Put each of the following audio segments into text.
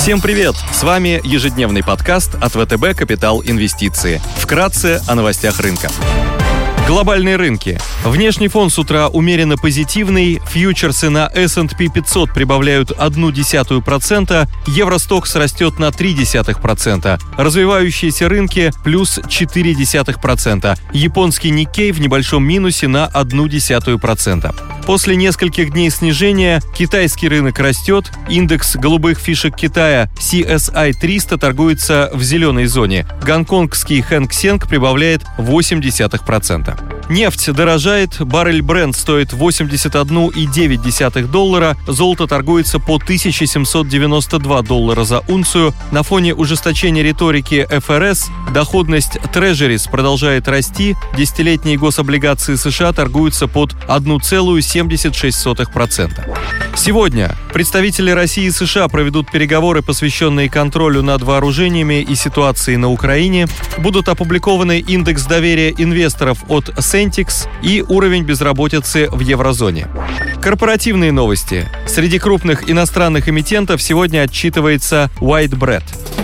Всем привет! С вами ежедневный подкаст от ВТБ «Капитал Инвестиции». Вкратце о новостях рынка. Глобальные рынки. Внешний фон с утра умеренно позитивный, фьючерсы на S&P 500 прибавляют 0,1%, Евростокс растет на 0,3%, развивающиеся рынки плюс 0,4%, японский Никкей в небольшом минусе на 0,1%. После нескольких дней снижения китайский рынок растет, индекс голубых фишек Китая CSI 300 торгуется в зеленой зоне, гонконгский Хэнк Сенг прибавляет 0,8%. Нефть дорожает, баррель Brent стоит $81,9, золото торгуется по $1792 за унцию. На фоне ужесточения риторики ФРС доходность Treasuries продолжает расти, десятилетние гособлигации США торгуются под 1,76%. Сегодня представители России и США проведут переговоры, посвященные контролю над вооружениями и ситуацией на Украине. Будут опубликованы индекс доверия инвесторов от Sentix и уровень безработицы в еврозоне. Корпоративные новости. Среди крупных иностранных эмитентов сегодня отчитывается WhiteBread.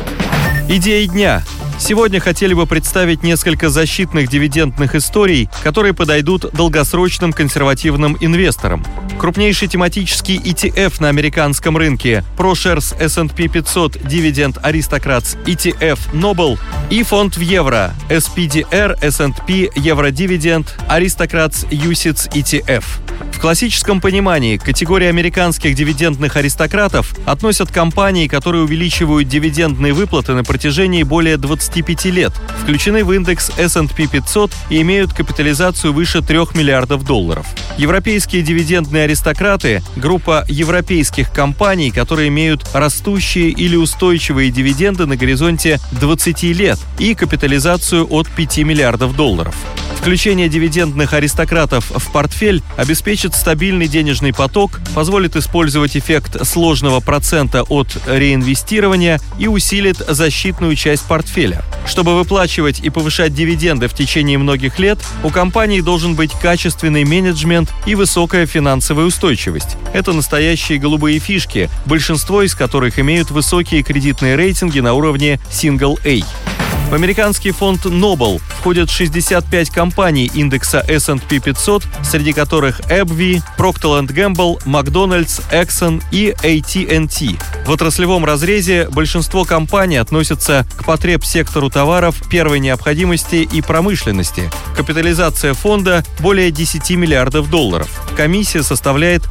Идеи дня. Сегодня хотели бы представить несколько защитных дивидендных историй, которые подойдут долгосрочным консервативным инвесторам. Крупнейший тематический ETF на американском рынке ProShares S&P 500 Dividend Aristocrats ETF Noble и фонд в евро SPDR S&P Euro Dividend Aristocrats UCITS ETF. В классическом понимании к категории американских дивидендных аристократов относят компании, которые увеличивают дивидендные выплаты на протяжении более 25 лет, включены в индекс S&P 500 и имеют капитализацию выше $3 миллиардов. Европейские дивидендные аристократы – группа европейских компаний, которые имеют растущие или устойчивые дивиденды на горизонте 20 лет и капитализацию от $5 миллиардов. Включение дивидендных аристократов в портфель обеспечит стабильный денежный поток, позволит использовать эффект сложного процента от реинвестирования и усилит защитную часть портфеля. Чтобы выплачивать и повышать дивиденды в течение многих лет, у компании должен быть качественный менеджмент и высокая финансовая устойчивость. Это настоящие голубые фишки, большинство из которых имеют высокие кредитные рейтинги на уровне Single A. В американский фонд Noble входят 65 компаний индекса S&P 500, среди которых AbbVie, Procter & Gamble, McDonald's, Exxon и AT&T. В отраслевом разрезе большинство компаний относятся к потребсектору товаров первой необходимости и промышленности. Капитализация фонда более $10 миллиардов. Комиссия составляет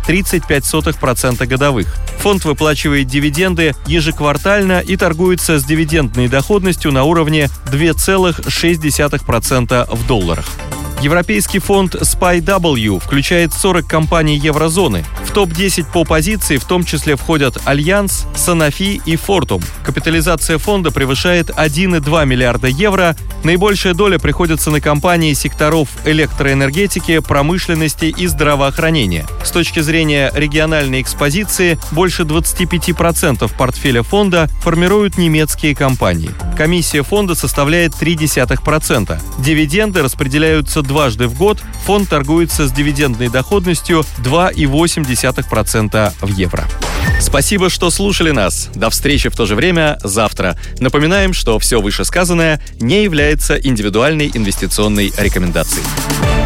0,35% годовых. Фонд выплачивает дивиденды ежеквартально и торгуется с дивидендной доходностью на уровне 2,6% в долларах. Европейский фонд SPY-W включает 40 компаний еврозоны. В топ-10 по позиции в том числе входят Альянс, Sanofi и Fortum. Капитализация фонда превышает €1,2 миллиарда. Наибольшая доля приходится на компании секторов электроэнергетики, промышленности и здравоохранения. С точки зрения региональной экспозиции, больше 25% портфеля фонда формируют немецкие компании. Комиссия фонда составляет 0,3%. Дивиденды распределяются дважды в год. Фонд торгуется с дивидендной доходностью 2,8% в евро. Спасибо, что слушали нас. До встречи в то же время завтра. Напоминаем, что все вышесказанное не является индивидуальной инвестиционной рекомендацией.